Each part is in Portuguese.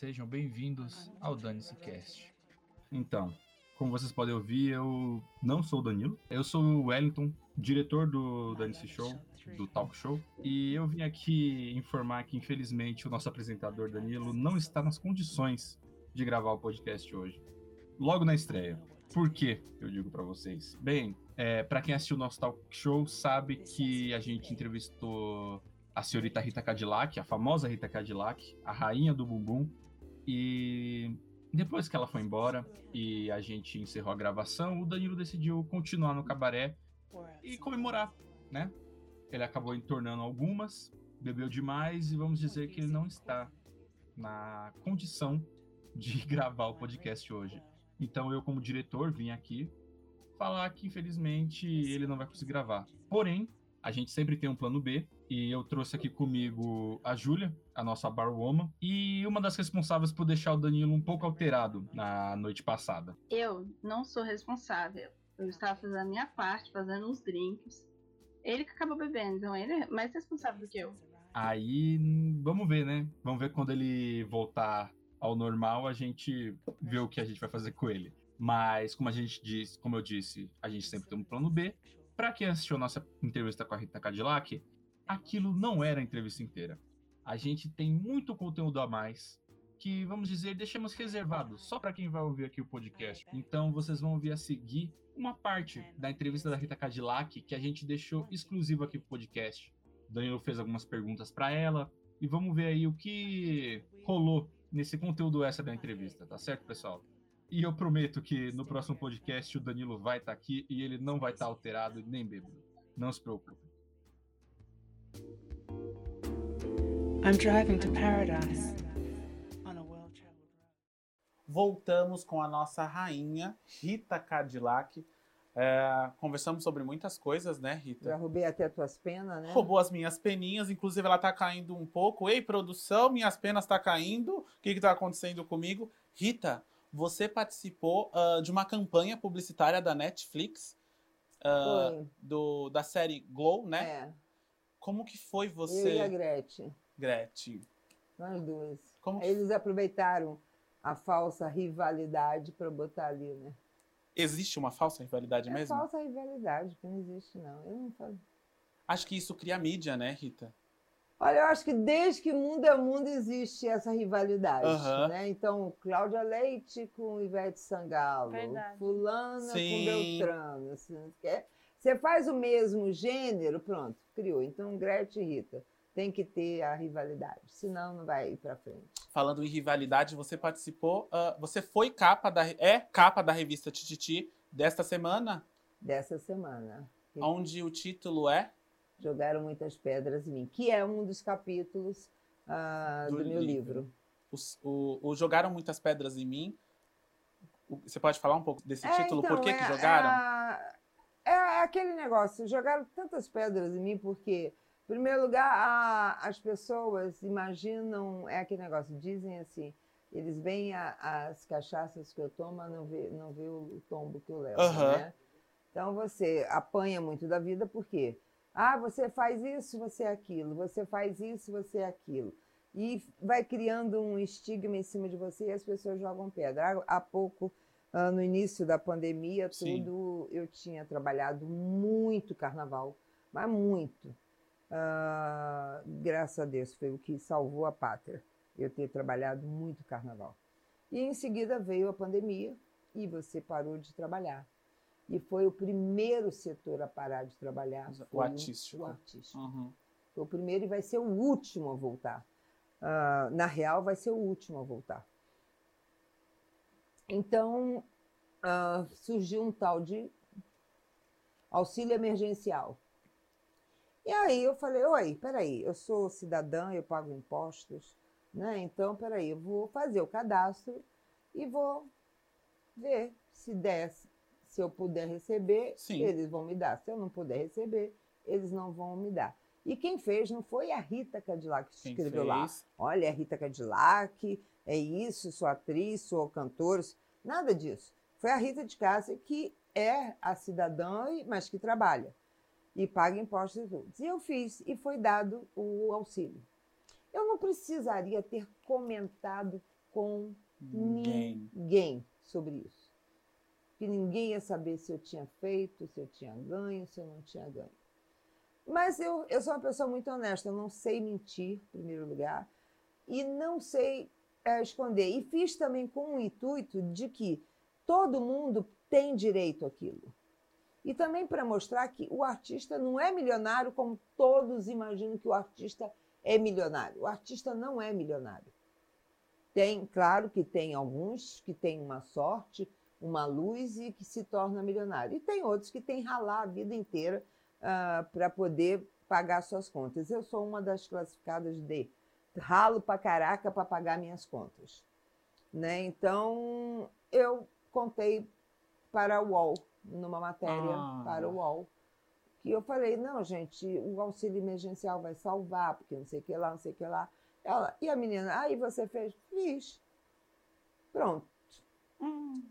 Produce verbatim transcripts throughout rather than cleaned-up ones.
Sejam bem-vindos ao Dane-se Cast. Então, como vocês podem ouvir, eu não sou o Danilo. Eu sou o Wellington, diretor do Dane-se Show, do Talk Show. E eu vim aqui informar que, infelizmente, o nosso apresentador Danilo não está nas condições de gravar o podcast hoje. Logo na estreia. Por quê? Eu digo para vocês. Bem, é, para quem assistiu o nosso Talk Show, sabe que a gente entrevistou a senhorita Rita Cadillac, a famosa Rita Cadillac, a rainha do bumbum. E depois que ela foi embora e a gente encerrou a gravação, o Danilo decidiu continuar no cabaré e comemorar, né? Ele acabou entornando algumas, bebeu demais e vamos dizer que ele não está na condição de gravar o podcast hoje. Então eu, como diretor, vim aqui falar que infelizmente ele não vai conseguir gravar. Porém, a gente sempre tem um plano B, e eu trouxe aqui comigo a Júlia, a nossa barwoman, e uma das responsáveis por deixar o Danilo um pouco alterado na noite passada. Eu não sou responsável. Eu estava fazendo a minha parte, fazendo uns drinks. Ele que acabou bebendo, então ele é mais responsável do que eu. Aí, vamos ver, né? Vamos ver quando ele voltar ao normal, a gente vê o que a gente vai fazer com ele. Mas, como a gente disse, como eu disse, a gente sempre tem um plano B. Para quem assistiu a nossa entrevista com a Rita Cadillac, aquilo não era a entrevista inteira. A gente tem muito conteúdo a mais que, vamos dizer, deixamos reservado só para quem vai ouvir aqui o podcast. Então, vocês vão ouvir a seguir uma parte da entrevista da Rita Cadillac que a gente deixou exclusivo aqui pro podcast. O Danilo fez algumas perguntas para ela e vamos ver aí o que rolou nesse conteúdo extra da entrevista, tá certo, pessoal? E eu prometo que no próximo podcast o Danilo vai estar aqui e ele não vai estar alterado nem bêbado. Não se preocupe. I'm driving to paradise. Voltamos com a nossa rainha, Rita Cadillac. É, conversamos sobre muitas coisas, né, Rita? Já roubei até tuas penas, né? Roubou as minhas peninhas, inclusive ela tá caindo um pouco. Ei, produção, minhas penas tá caindo. O que que tá acontecendo comigo? Rita, você participou uh, de uma campanha publicitária da Netflix, uh, do, da série Glow, né? É. Como que foi você... Eu e a Gretchen. Gretchen. Nós duas. Como que... Eles aproveitaram a falsa rivalidade para botar ali, né? Existe uma falsa rivalidade é mesmo? É falsa rivalidade, que não existe, não. Eu não falo. Acho que isso cria mídia, né, Rita? Olha, eu acho que desde que mundo é mundo existe essa rivalidade, uhum. né? Então, Cláudia Leite com Ivete Sangalo, Verdade. fulana Sim. com Beltrano. Assim, você faz o mesmo gênero, pronto, criou. Então, Gretchen e Rita tem que ter a rivalidade, senão não vai ir para frente. Falando em rivalidade, você participou, uh, você foi capa da, é capa da revista Tititi desta semana? Dessa semana. Onde o título é? Jogaram Muitas Pedras em Mim, que é um dos capítulos uh, do, do meu livro. livro. Os, o, o Jogaram Muitas Pedras em Mim, o, você pode falar um pouco desse é, título? então, Por que é, que jogaram? É, é aquele negócio, jogaram tantas pedras em mim porque... Em primeiro lugar, a, as pessoas imaginam, é aquele negócio, dizem assim, eles veem a, as cachaças que eu tomo, mas não vê, não vê o tombo que eu levo, uhum. né? Então você apanha muito da vida, por quê? Ah, você faz isso, você é aquilo, você faz isso, você é aquilo. E vai criando um estigma em cima de você e as pessoas jogam pedra. Há pouco, no início da pandemia, tudo, eu tinha trabalhado muito carnaval, mas muito. Uh, graças a Deus, foi o que salvou a pátria, eu ter trabalhado muito carnaval. E em seguida veio a pandemia e você parou de trabalhar. E foi o primeiro setor a parar de trabalhar. O artístico. O artístico. Uhum. Foi o primeiro e vai ser o último a voltar. Uh, na real, vai ser o último a voltar. Então, uh, surgiu um tal de auxílio emergencial. E aí eu falei, oi, peraí, eu sou cidadã, eu pago impostos, né? Então, peraí, eu vou fazer o cadastro e vou ver se der, se eu puder receber, Sim. eles vão me dar. Se eu não puder receber, eles não vão me dar. E quem fez não foi a Rita Cadillac que quem escreveu fez? lá. Olha, a Rita Cadillac, é isso, sou atriz, sou cantora, nada disso. Foi a Rita de Cássia que é a cidadã, mas que trabalha. E paga impostos e tudo. E eu fiz, e foi dado o auxílio. Eu não precisaria ter comentado com Ninguém. ninguém sobre isso. Que ninguém ia saber se eu tinha feito, se eu tinha ganho, se eu não tinha ganho. Mas eu, eu sou uma pessoa muito honesta, eu não sei mentir, em primeiro lugar, e não sei é, esconder. E fiz também com o intuito de que todo mundo tem direito àquilo. E também para mostrar que o artista não é milionário como todos imaginam que o artista é milionário. O artista não é milionário. Tem, claro que tem alguns que têm uma sorte, uma luz e que se torna milionário. E tem outros que têm ralar a vida inteira uh, para poder pagar suas contas. Eu sou uma das classificadas de ralo pra caraca para pagar minhas contas. Né? Então, eu contei para o U O L, numa matéria Ah. para o U O L, que eu falei, não, gente, o auxílio emergencial vai salvar, porque não sei o que lá, não sei o que lá. Ela, e a menina, aí você fez? Fiz. Pronto. Hum.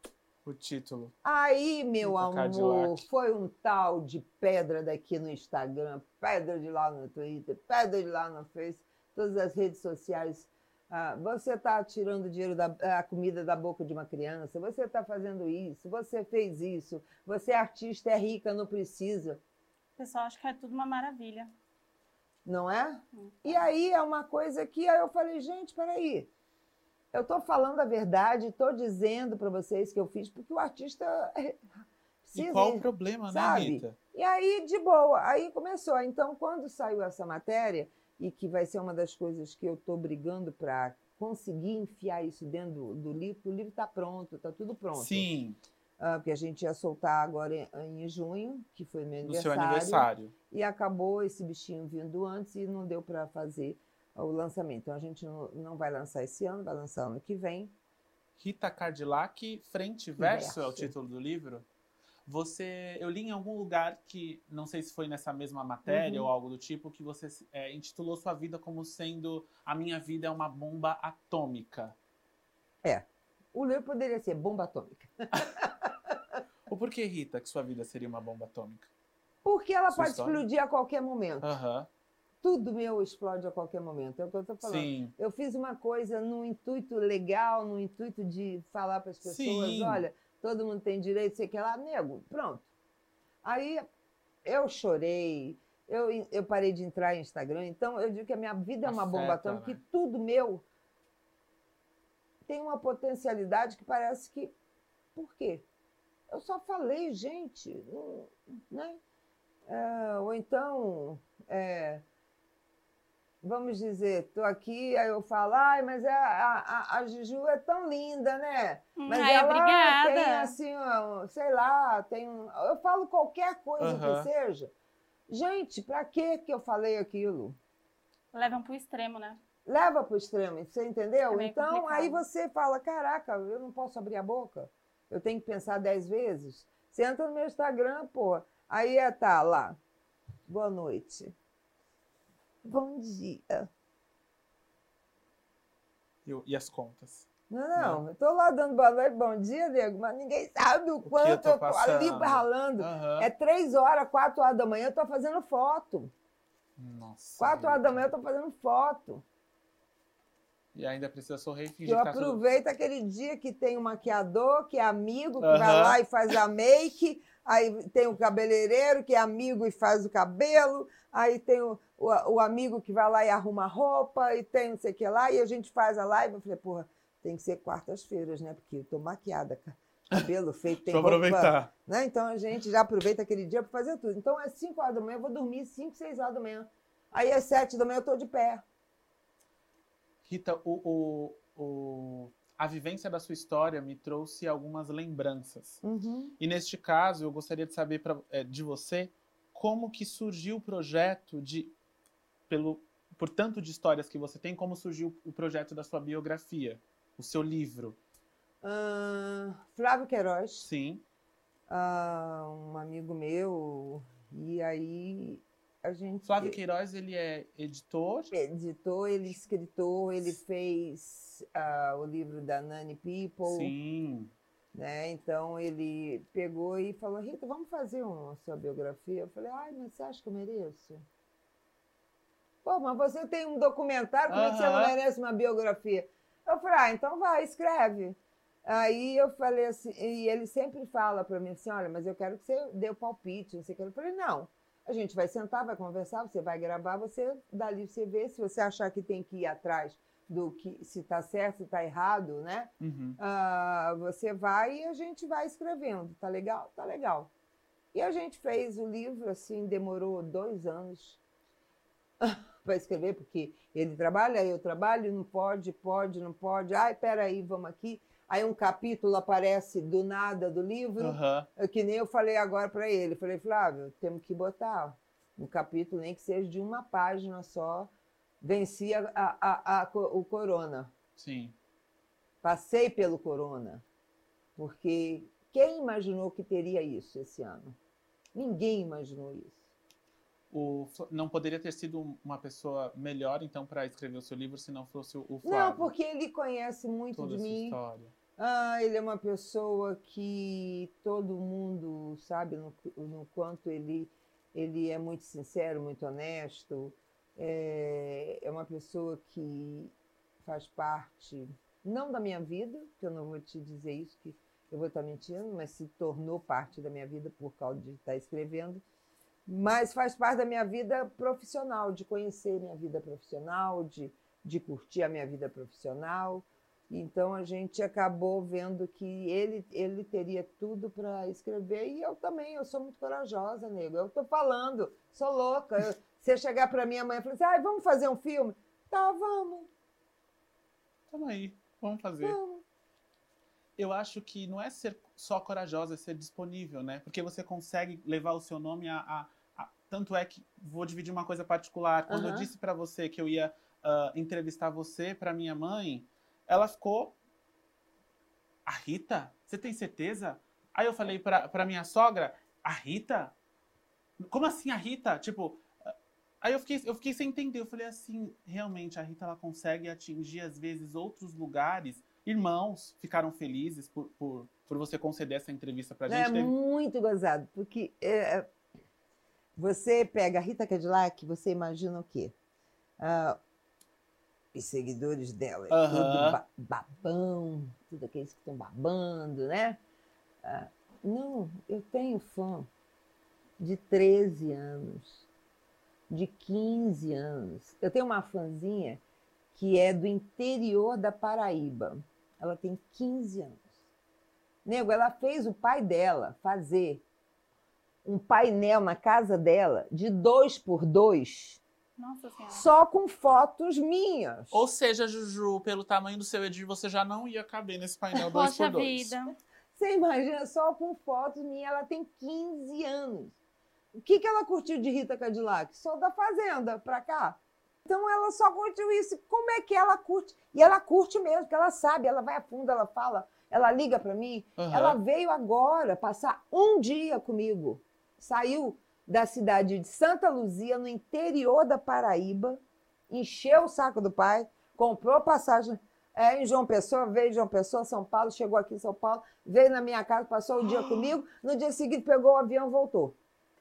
O título. Aí, meu Rita amor, Cadillac. foi um tal de pedra daqui no Instagram, pedra de lá no Twitter, pedra de lá no Face, todas as redes sociais. Ah, você está tirando dinheiro da a comida da boca de uma criança, você está fazendo isso, você fez isso, você é artista, é rica, não precisa. O pessoal acha que é tudo uma maravilha. Não é? E aí é uma coisa que aí eu falei, gente, peraí, eu estou falando a verdade, estou dizendo para vocês que eu fiz, porque o artista precisa, E qual o problema, sabe? né, Rita? E aí, de boa, aí começou. Então, quando saiu essa matéria, e que vai ser uma das coisas que eu estou brigando para conseguir enfiar isso dentro do, do livro, porque o livro está pronto, está tudo pronto. Sim, Ah, porque a gente ia soltar agora em, em junho, que foi meu do seu aniversário. aniversário. E acabou esse bichinho vindo antes e não deu para fazer o lançamento. Então, a gente não, não vai lançar esse ano, vai lançar ano que vem. Rita Cadillac, Frente e Verso é o Verso. título do livro. Você, eu li em algum lugar que, não sei se foi nessa mesma matéria Uhum. ou algo do tipo, que você é, intitulou sua vida como sendo a minha vida é uma bomba atômica. É. O livro poderia ser Bomba Atômica. O porquê, Rita, que sua vida seria uma bomba atômica? Porque ela Sua pode história? explodir a qualquer momento. Aham, Tudo meu explode a qualquer momento. É o que eu estou falando. sim. Eu fiz uma coisa no intuito legal, no intuito de falar para as pessoas, Sim. olha, todo mundo tem direito, sei que lá, nego, pronto. Aí eu chorei, eu, eu parei de entrar em Instagram, então eu digo que a minha vida é uma bomba Afeta, atômica, né? que tudo meu tem uma potencialidade que parece que... Por quê? Eu só falei, gente, não- né? É, ou então... é, vamos dizer, estou aqui, aí eu falo, ai, mas a, a, a Juju é tão linda, né? Hum, Mas ai, ela obrigada. tem assim, ó, sei lá, tem um... Eu falo qualquer coisa Aham. que seja. Gente, para que que eu falei aquilo? Levam pro extremo, né? Leva para o extremo, você entendeu? É meio Então, complicado. aí você fala, caraca, eu não posso abrir a boca? Eu tenho que pensar dez vezes? Você entra no meu Instagram, pô, aí é, tá lá, boa noite. Bom dia. E, o- e as contas? Não, não, eu tô lá dando boa noite, bom dia, nego, mas ninguém sabe o que eu quanto tô eu tô ali passando. ralando. Aham. É três horas, quatro horas da manhã, eu tô fazendo foto. Nossa. Quatro horas Rita. da manhã eu tô fazendo foto. E ainda precisa sorrir e fingir Eu que tá tudo... aproveito aquele dia que tem um maquiador, que é amigo, que vai Aham. lá e faz a make, aí tem o cabeleireiro, que é amigo e faz o cabelo, aí tem o, o, o amigo que vai lá e arruma a roupa, e tem não sei o que lá, e a gente faz a live. Eu falei, porra, tem que ser quartas-feiras, né? Porque eu tô maquiada, ca- cabelo feito, tem Deixa eu roupa, aproveitar. né? Então a gente já aproveita aquele dia para fazer tudo. Então às cinco horas da manhã eu vou dormir, cinco, seis horas da manhã. Aí às sete da manhã eu tô de pé. Rita, o, o, o- a vivência da sua história me trouxe algumas lembranças. Uhum. E neste caso, eu gostaria de saber pra, é, de você como que surgiu o projeto de, pelo, por tanto de histórias que você tem, como surgiu o projeto da sua biografia, o seu livro. Ah, Flávio Queiroz. Sim, ah, um amigo meu, e aí a gente Flávio Queiroz, ele é editor. editou, ele escritor, ele fez ah, o livro da Nani People, Sim, né? Então ele pegou e falou, Rita, vamos fazer uma sua biografia? Eu falei, ai, mas você acha que eu mereço? Pô, mas você tem um documentário, como é que você não Aham. merece uma biografia? Eu falei, ah, então vai, escreve. Aí eu falei assim, e ele sempre fala para mim assim, olha, mas eu quero que você dê o palpite, não sei o que. Eu falei, não, a gente vai sentar, vai conversar, você vai gravar, você dali você vê, se você achar que tem que ir atrás do que, se está certo, se está errado, né? Uhum. Ah, você vai e a gente vai escrevendo, tá legal? Tá legal. E a gente fez o livro, assim, demorou dois anos para escrever, porque ele trabalha, eu trabalho, não pode, pode, não pode. Ai, peraí, vamos aqui. Aí um capítulo aparece do nada do livro, Uhum. que nem eu falei agora para ele. Falei, Flávio, temos que botar um capítulo, nem que seja de uma página só. Venci a, a, a, a, o corona. Sim. Passei pelo corona. Porque quem imaginou que teria isso esse ano? Ninguém imaginou isso. O, não poderia ter sido uma pessoa melhor, então, para escrever o seu livro, se não fosse o Flávio? Não, porque ele conhece muito Toda de essa mim. história. Ah, ele é uma pessoa que todo mundo sabe no, no quanto ele, ele é muito sincero, muito honesto. É, é uma pessoa que faz parte, não da minha vida, que eu não vou te dizer isso, que eu vou estar mentindo, mas se tornou parte da minha vida por causa de estar escrevendo. Mas faz parte da minha vida profissional, de conhecer minha vida profissional, de, de curtir a minha vida profissional. Então a gente acabou vendo que ele, ele teria tudo para escrever e eu também, eu sou muito corajosa, nego. Eu estou falando, sou louca. Eu, se eu chegar para minha mãe e falar assim, ah, vamos fazer um filme? Tá, vamos. Tamo aí, vamos fazer. Vamos. Eu acho que não é ser só corajosa, é ser disponível, né? Porque você consegue levar o seu nome a... a, a... Tanto é que, vou dividir uma coisa particular. Quando Uhum. eu disse para você que eu ia uh, entrevistar você para minha mãe, ela ficou... A Rita? Você tem certeza? Aí eu falei pra, pra minha sogra, a Rita? Como assim a Rita? Tipo... Aí eu fiquei, eu fiquei sem entender. Eu falei assim, realmente, a Rita ela consegue atingir, às vezes, outros lugares. Irmãos ficaram felizes por, por, por você conceder essa entrevista pra gente. É Teve... muito gozado, porque é, você pega a Rita Cadillac, você imagina o quê? Ah, os seguidores dela, é Aham. tudo ba- babão, tudo aqueles que estão babando, né? Ah, não, eu tenho fã de treze anos, de quinze anos. Eu tenho uma fãzinha que é do interior da Paraíba. Ela tem quinze anos. Nego, ela fez o pai dela fazer um painel na casa dela de dois por dois, Nossa Senhora. só com fotos minhas. Ou seja, Juju, pelo tamanho do seu Edir, você já não ia caber nesse painel dois Poxa por dois. vida. Você imagina, só com fotos minhas, ela tem quinze anos. O que, que ela curtiu de Rita Cadillac? Só da Fazenda pra cá. Então ela só curtiu isso. Como é que ela curte? E ela curte mesmo, porque ela sabe, ela vai a fundo, ela fala, ela liga para mim. Uhum. Ela veio agora passar um dia comigo. Saiu da cidade de Santa Luzia, no interior da Paraíba, encheu o saco do pai, comprou passagem é, em João Pessoa, veio de João Pessoa, São Paulo, chegou aqui em São Paulo, veio na minha casa, passou o dia comigo, no dia seguinte pegou o avião e voltou.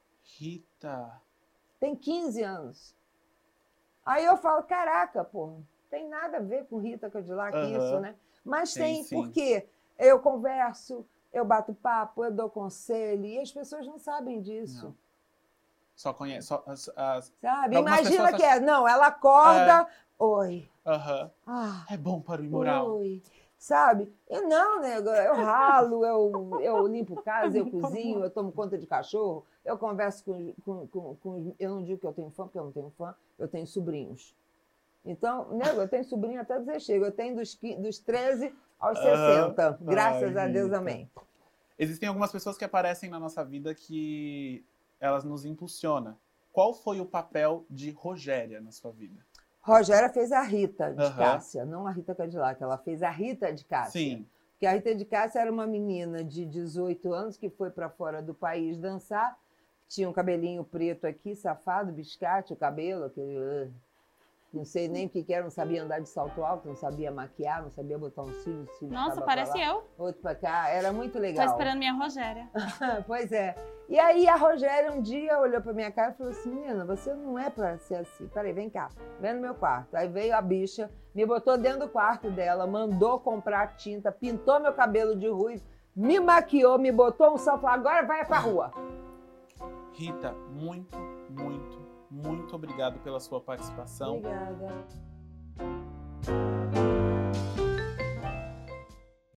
Rita. Tem quinze anos. Aí eu falo, caraca, pô, tem nada a ver com Rita Cadillac Uhum. isso, né? Mas Sim, tem, sim. porque eu converso, eu bato papo, eu dou conselho, e as pessoas não sabem disso. Não. Só conhece. Só, as, as... Sabe? Algumas Imagina pessoas que é, não, ela acorda, oi, Uhum. ah, É bom para o imoral. oi, sabe? Eu não, né? Eu ralo, eu, eu limpo casa, eu cozinho, eu tomo conta de cachorro, eu converso com, com, com, com... Eu não digo que eu tenho fã, porque eu não tenho fã, eu tenho sobrinhos. Então, nego, eu tenho sobrinho até dizer chega. Eu tenho dos, dos treze aos sessenta. Uhum. Graças Ai, a Deus, Rita. amém. Existem algumas pessoas que aparecem na nossa vida que elas nos impulsionam. Qual foi o papel de Rogéria na sua vida? Rogéria fez a Rita de Aham. Cássia, não a Rita Cadillac, ela fez a Rita de Cássia. Sim. Porque a Rita de Cássia era uma menina de dezoito anos que foi para fora do país dançar, tinha um cabelinho preto aqui, safado, biscate, o cabelo, aquele... Não sei nem o que que era, não sabia andar de salto alto, não sabia maquiar, não sabia botar um cílio. os cílios Nossa, estavam parece pra lá, eu. outro pra cá, era muito Tô legal. esperando minha Rogéria. Pois é. E aí a Rogéria um dia olhou pra minha cara e falou assim, menina, você não é pra ser assim. Peraí, vem cá, vem no meu quarto. Aí veio a bicha, me botou dentro do quarto dela, mandou comprar tinta, pintou meu cabelo de ruivo, me maquiou, me botou um salto, falou, agora vai pra rua. Rita, muito, muito, muito obrigado pela sua participação. Obrigada.